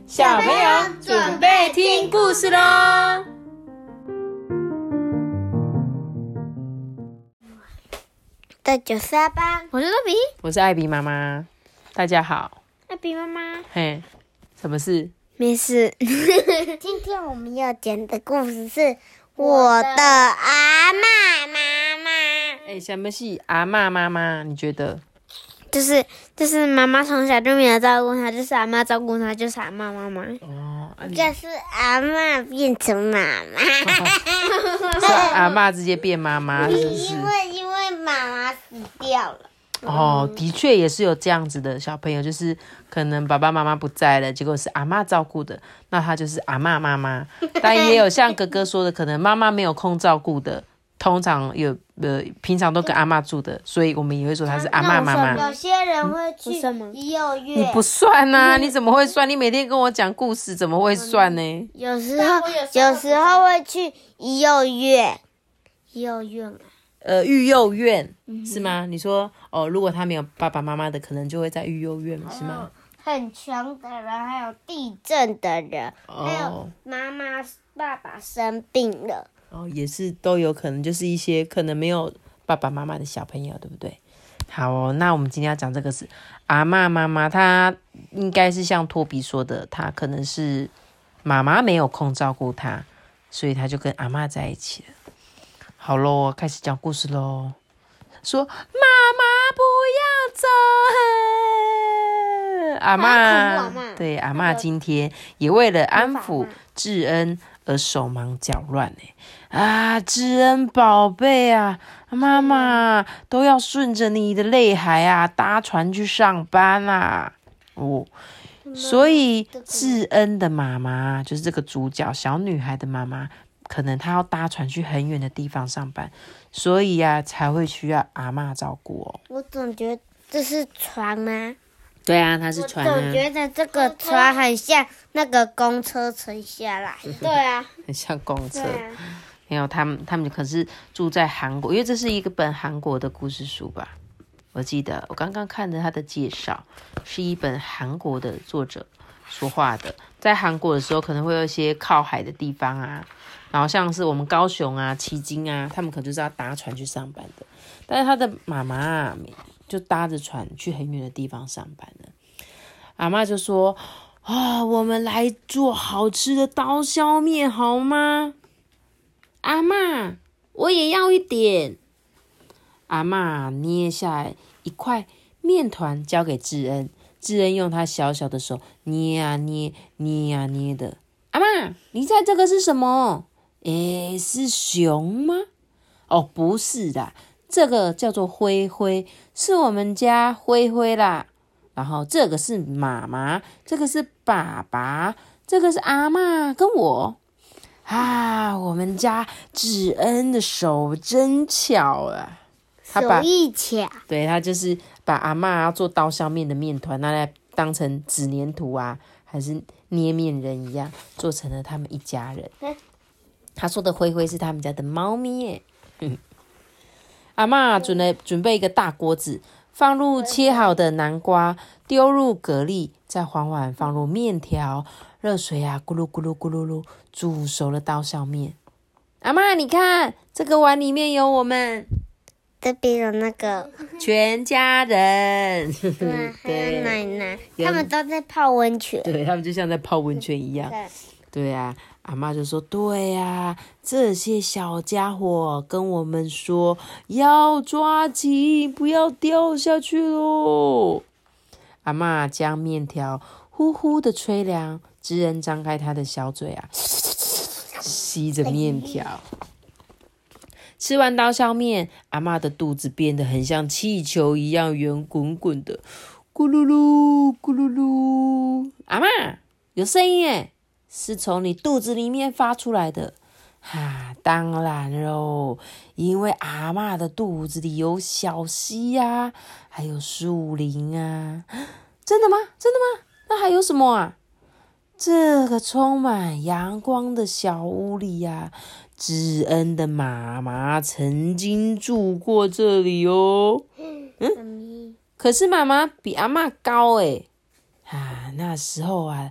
小朋友准备听故事咯。 的九四阿爸，我是豆比， 我是艾比妈妈，大家好。 艾比妈妈， 嘿，什么事？ 没事。今天我们要讲的故事是我的阿嬷妈妈。 什么是阿嬷妈妈？你觉得？ 就是妈妈从小就没有照顾她，就是阿嬷照顾她，就是阿嬷妈妈。 哦， 就是阿嬷变成妈妈， 是阿嬷直接变妈妈，是不是？ 因为妈妈死掉了。 哦，的确也是有这样子的小朋友，就是可能爸爸妈妈不在了，结果是阿嬷照顾的，那他就是阿嬷妈妈。但也有像哥哥说的，可能妈妈没有空照顾的，通常有平常都跟阿嬷住的，所以我们也会说他是阿嬷妈妈。 有些人会去婴幼院， 你不算啊，你怎么会算？你每天跟我讲故事，怎么会算呢？ 有时候会去婴幼院， 育幼院是吗？你说如果他没有爸爸妈妈的，可能就会在育幼院是吗？ 很穷的人，还有地震的人，还有妈妈爸爸生病了， 也是都有可能，就是一些可能没有爸爸妈妈的小朋友，对不对？好那我们今天要讲这个是阿嬷妈妈，她应该是像托比说的，她可能是妈妈没有空照顾她，所以她就跟阿嬷在一起了。好咯，开始讲故事咯。说妈妈不要走，阿嬷对阿嬷今天也为了安抚智恩而手忙脚乱智恩宝贝啊，妈妈都要顺着你的泪海啊搭船去上班啊。所以智恩的妈妈就是这个主角小女孩的妈妈，可能她要搭船去很远的地方上班，所以才会需要阿嬷照顾我总觉得这是船吗？ 对啊，它是船我总觉得这个船很像那个公车沉下来。对啊， 很像公车。没有，他们可是住在韩国，因为这是一本韩国的故事书吧？我记得我刚刚看的他的介绍，是一本韩国的作者说话的。在韩国的时候，可能会有一些靠海的地方然后像是我们高雄旗津他们可能就是要搭船去上班的。但是他的妈妈就搭着船去很远的地方上班了。阿嬷就说：“我们来做好吃的刀削面好吗？”阿嬷，我也要一点。阿嬷捏下一块面团交给智恩，智恩用他小小的手捏啊捏，捏啊捏的。阿嬷，你猜这个是什么？是熊吗？不是的，这个叫做灰灰，是我们家灰灰啦。然后这个是妈妈，这个是爸爸，这个是阿嬷跟我。我们家智恩的手真巧啊！ 手艺巧。 对，他就是把阿嬷要做刀削面的面团拿来当成纸黏土还是捏面人一样，做成了他们一家人。他说的灰灰是他们家的猫咪耶。阿嬷准备一个大锅子，放入切好的南瓜，丢入蛤蜊，再缓缓放入面条，热水咕噜咕噜咕噜噜，煮熟了刀削面。阿嬷，你看这个碗里面有我们这边有那个全家人， 对，还有奶奶，他们都在泡温泉。 对，他们就像在泡温泉一样。对啊，阿嬷就说：“对啊，这些小家伙跟我们说要抓紧，不要掉下去咯。”阿嬷将面条呼呼的吹凉，智恩张开他的小嘴吸着面条。吃完刀削面，阿嬷的肚子变得很像气球一样圆滚滚的，咕噜噜咕噜噜。阿嬷，有声音耶！是从你肚子里面发出来的。当然咯，因为阿嬷的肚子里有小溪还有树林真的吗？那还有什么这个充满阳光的小屋里智恩的妈妈曾经住过这里哦。可是妈妈比阿嬷高那时候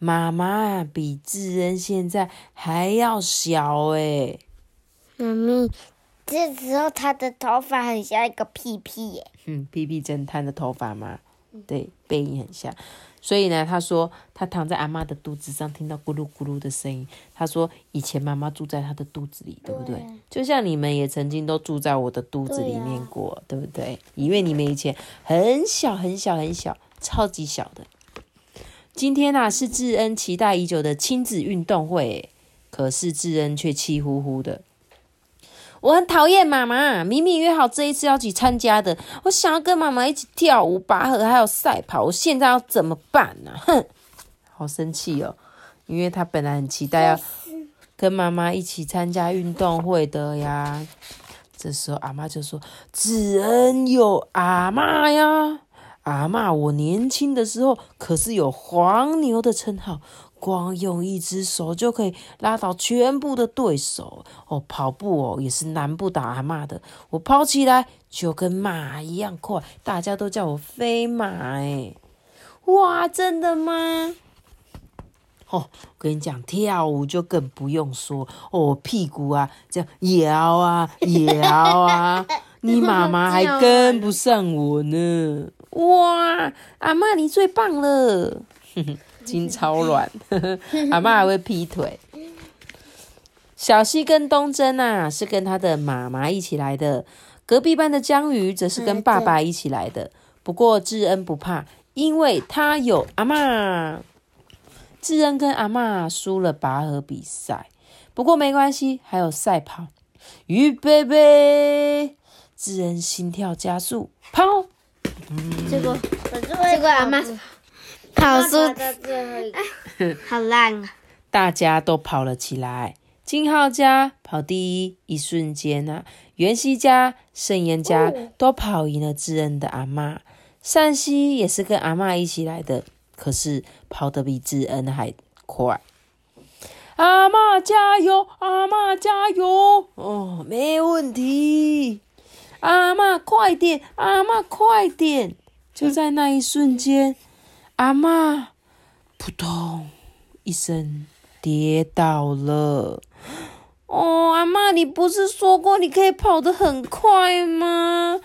妈妈比智恩现在还要小欸。 妈咪，这时候他的头发很像一个屁屁耶。 屁屁侦探的头发吗？对，背影很像。所以呢，他说他躺在阿嬷的肚子上，听到咕噜咕噜的声音。他说以前妈妈住在他的肚子里，对不对？就像你们也曾经都住在我的肚子里面过， 对不对？因为你们以前很小很小很小，超级小的。今天啊，是智恩期待已久的亲子运动会，可是智恩却气呼呼的。我很讨厌妈妈，明明约好这一次要一起参加的，我想要跟妈妈一起跳舞、拔河还有赛跑，我现在要怎么办呢？哼，好生气哦，因为他本来很期待要跟妈妈一起参加运动会的呀。这时候阿嬷就说：“智恩有阿嬷呀，阿嬷我年轻的时候可是有黄牛的称号。”光用一只手就可以拉倒全部的对手哦，跑步哦也是难不倒阿嬷的。我跑起来就跟马一样快，大家都叫我飞马哎！哇，真的吗？哦，我跟你讲，跳舞就更不用说哦，屁股啊这样摇啊摇啊，你妈妈还跟不上我呢。哇，阿嬷你最棒了！筋超软，阿嬷还会劈腿。小西跟东珍啊，是跟他的妈妈一起来的；隔壁班的江鱼则是跟爸爸一起来的。不过智恩不怕，因为他有阿嬷。智恩跟阿嬷输了拔河比赛，不过没关系，还有赛跑。预备备，智恩心跳加速，跑。 结果阿嬷跑输，好烂啊！ 大家都跑了起来。金浩家跑第一，一瞬间啊，袁熙家、盛妍家都跑赢了智恩的阿嬷。善熙也是跟阿嬷一起来的，可是跑得比智恩还快。阿嬷加油，阿嬷加油！哦，没问题。阿嬷快点，阿嬷快点！就在那一瞬间，阿嬷扑通一声跌倒了。哦，阿嬷，你不是说过你可以跑得很快吗？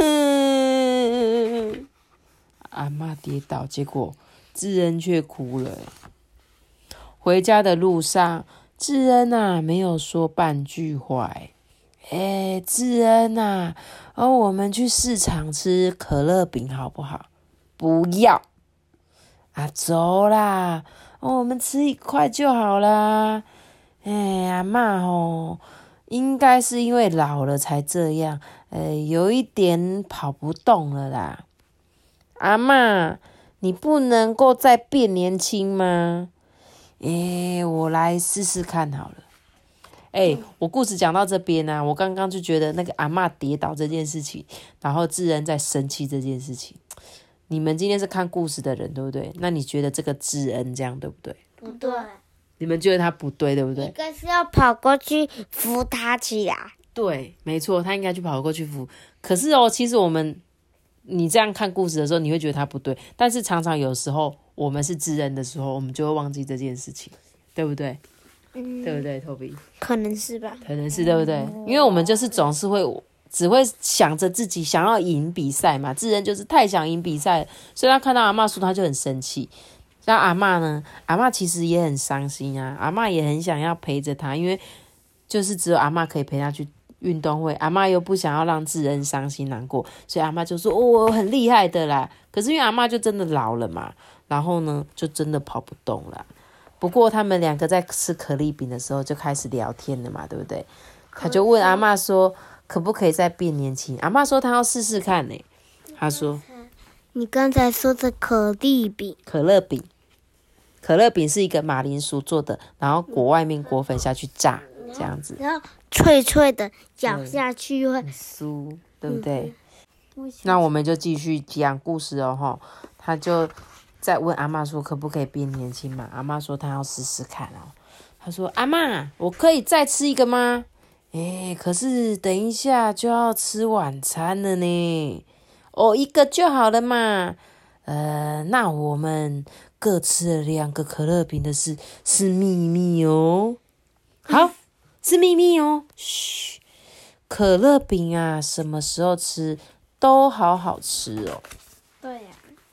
哼！阿嬷跌倒，结果智恩却哭了。回家的路上，智恩啊没有说半句话。智恩啊，我们去市场吃可乐饼好不好？不要啊，走啦，我们吃一块就好啦。阿嬷吼，应该是因为老了才这样，有一点跑不动了啦。阿嬷，你不能够再变年轻吗？我来试试看好了。我故事讲到这边啊，我刚刚就觉得那个阿嬷跌倒这件事情，然后智恩在生气这件事情，你们今天是看故事的人对不对？那你觉得这个智恩这样对不对？ 不对， 你们觉得他不对对不对？ 应该是要跑过去扶他起来。 对，没错，他应该去跑过去扶。可是其实你这样看故事的时候，你会觉得他不对，但是常常有时候我们是智恩的时候，我们就会忘记这件事情，对不对？对不对 ，Toby？ 可能是吧， 可能是对不对？因为我们就是总是只会想着自己想要赢比赛嘛。智恩就是太想赢比赛了，所以他看到阿嬷输，他就很生气。那阿嬷呢？阿嬷其实也很伤心啊，阿嬷也很想要陪着他，因为就是只有阿嬷可以陪他去运动会，阿嬷又不想要让智恩伤心难过，所以阿嬷就说：“我很厉害的啦。”可是因为阿嬷就真的老了嘛，然后呢，就真的跑不动了。不过他们两个在吃可丽饼的时候就开始聊天了嘛，对不对？他就问阿嬷说：“可不可以再变年轻？”阿嬷说：“她要试试看呢。”她说：“ 你刚才说的可丽饼， 可乐饼，可乐饼是一个马铃薯做的，然后裹外面裹粉下去炸，这样子， 然后脆脆的，咬下去会很酥，对不对？那我们就继续讲故事哦，哈，他就再问阿嬷说可不可以变年轻嘛？阿嬷说她要试试看哦。她说：“阿嬷，我可以再吃一个吗？”可是等一下就要吃晚餐了呢。一个就好了嘛。 那我们各吃了2个可乐饼的事是秘密哦。好，是秘密哦。嘘，可乐饼啊，什么时候吃都好好吃哦。 对呀。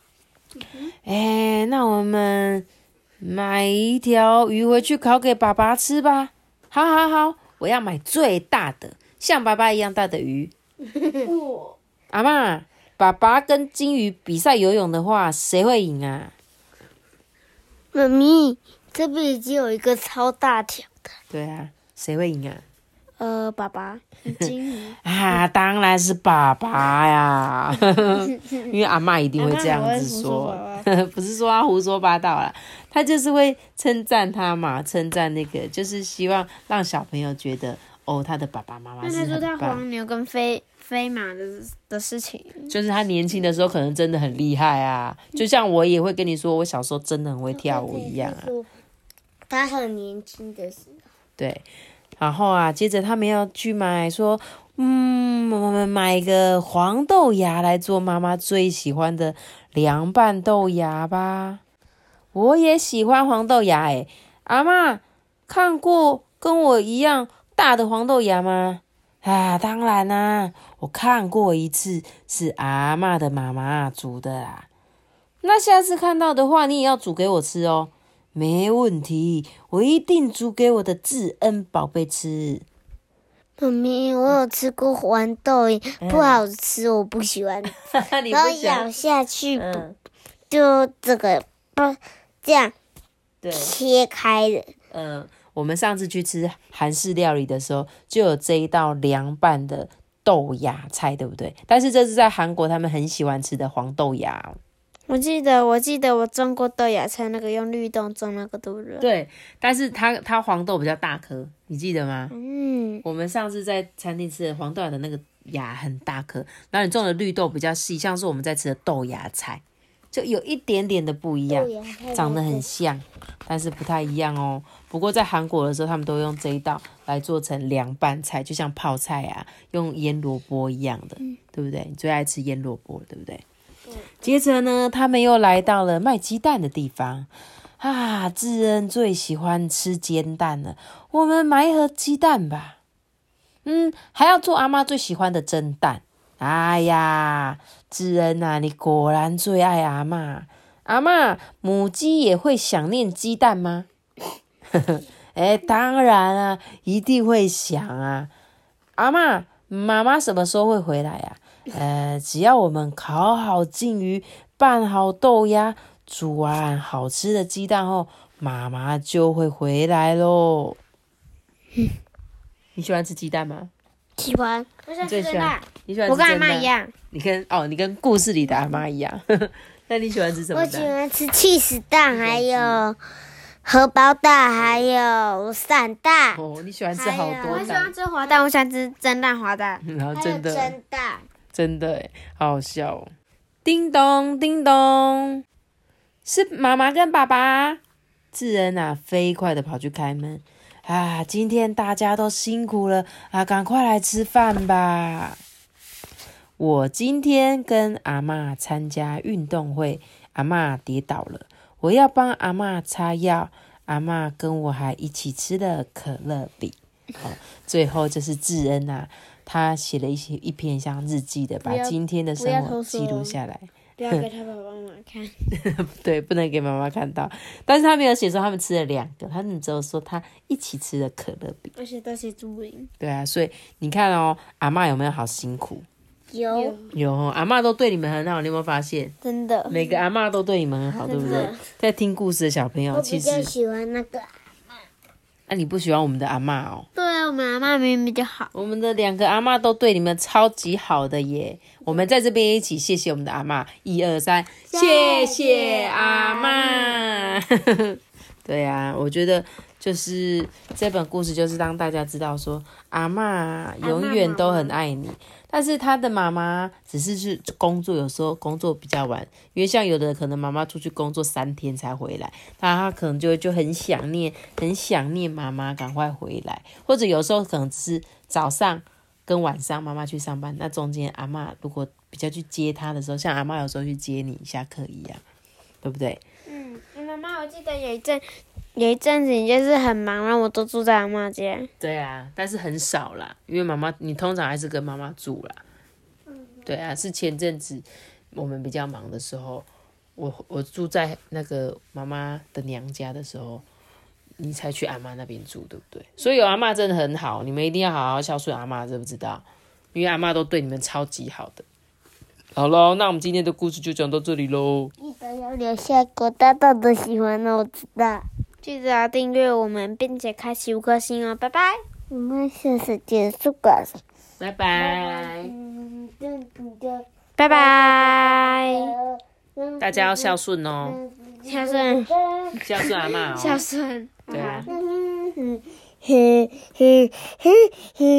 那我们买一条鱼回去烤给爸爸吃吧。好好好，我要买最大的，像爸爸一样大的鱼。阿嬷，爸爸跟金鱼比赛游泳的话，谁会赢啊？ 妈咪，这边已经有一个超大条的。 对啊，谁会赢啊？ 爸爸，金鱼啊，当然是爸爸呀，因为阿嬷一定会这样子说，不是说他胡说八道啦，他就是会称赞他嘛，称赞那个，就是希望让小朋友觉得他的爸爸妈妈是很棒。 那他说他黄牛跟飞马的事情， 就是他年轻的时候可能真的很厉害啊，就像我也会跟你说，我小时候真的很会跳舞一样啊。 他很年轻的时候， 对。然后啊，接着他们要去买，说，我们买个黄豆芽来做妈妈最喜欢的凉拌豆芽吧。我也喜欢黄豆芽诶，阿嬷看过跟我一样大的黄豆芽吗？啊，当然啦，我看过一次，是阿嬷的妈妈煮的啦。那下次看到的话，你也要煮给我吃哦。没问题，我一定煮给我的智恩宝贝吃。 妈咪，我有吃过黄豆，不好吃，我不喜欢。然后咬下去，就这个这样切开的。 我们上次去吃韩式料理的时候，就有这一道凉拌的豆芽菜，对不对？但是这是在韩国他们很喜欢吃的黄豆芽。 我记得我种过豆芽菜，那个用绿豆种那个，对不对？ 对，但是它黄豆比较大颗，你记得吗？ 我们上次在餐厅吃的黄豆芽的那个芽很大颗，然后你种的绿豆比较细，像是我们在吃的豆芽菜，就有一点点的不一样，长得很像，但是不太一样哦。不过在韩国的时候，他们都用这一道来做成凉拌菜，就像泡菜啊，用腌萝卜一样的，对不对？你最爱吃腌萝卜，对不对？接着呢，他们又来到了卖鸡蛋的地方啊！智恩最喜欢吃煎蛋了，我们买一盒鸡蛋吧。还要做阿嬷最喜欢的蒸蛋。哎呀，智恩啊，你果然最爱阿嬷。阿嬷，母鸡也会想念鸡蛋吗？当然啊，一定会想啊。阿嬷，妈妈什么时候会回来啊？只要我们烤好金鱼，拌好豆芽，煮完好吃的鸡蛋后，妈妈就会回来咯。你喜欢吃鸡蛋吗？ 喜欢，我喜欢吃蒸蛋。 你喜欢吃我跟阿妈一样。 你跟故事里的阿妈一样。那你喜欢吃什么蛋？ 我喜欢吃起司蛋，还有荷包蛋，还有散蛋。 你喜欢吃好多蛋。 我喜欢吃滑蛋，我喜欢吃蒸蛋滑蛋。 然后真的蒸蛋。 真的耶，好好笑哦！叮咚叮咚，是妈妈跟爸爸。智恩啊，飞快的跑去开门。啊，今天大家都辛苦了啊，赶快来吃饭吧。我今天跟阿嬷参加运动会，阿嬷跌倒了，我要帮阿嬷擦药。阿嬷跟我还一起吃了可乐饼。最后就是智恩啊。他写了一篇像日记的，把今天的生活记录下来。 不要给他爸爸妈妈看。 对，不能给妈妈看到。但是他没有写说他们吃了2个，他们只有说他一起吃了可乐饼。 而且都写注音。 对啊，所以你看哦，阿嬷有没有好辛苦？ 有阿嬷都对你们很好，你有没有发现？ 真的， 每个阿嬷都对你们很好，对不对？在听故事的小朋友，其实我比较喜欢那个。 那你不喜欢我们的阿嬷哦？ 对啊，我们阿嬷明明比较好。 我们的2个阿嬷都对你们超级好的耶！我们在这边一起谢谢我们的阿嬷，1、2、3，谢谢阿嬷。对啊，我觉得就是这本故事就是让大家知道说，阿嬷永远都很爱你。但是他的妈妈只是去工作，有时候工作比较晚，因为像有的可能妈妈出去工作3天才回来，那他可能就很想念妈妈赶快回来，或者有时候可能只是早上跟晚上妈妈去上班，那中间阿嬷如果比较去接她的时候，像阿嬷有时候去接你下课一样，对不对？ 妈妈，我记得有一阵子你就是很忙，然后我都住在阿嬷家。 对啊，但是很少啦，因为妈妈你通常还是跟妈妈住啦。对啊，是前阵子我们比较忙的时候，我住在那个妈妈的娘家的时候，你才去阿嬷那边住，对不对？所以有阿嬷真的很好，你们一定要好好孝顺阿嬷，知不知道？因为阿嬷都对你们超级好的。好咯，那我们今天的故事就讲到这里咯。 记得要留下狗大大的喜欢哦，我知道。记得要订阅我们，并且开启5颗星哦，拜拜。我们下次结束吧。 拜拜。 拜拜。 大家要孝顺哦。 孝顺阿嬷哦。 孝顺。 对啊。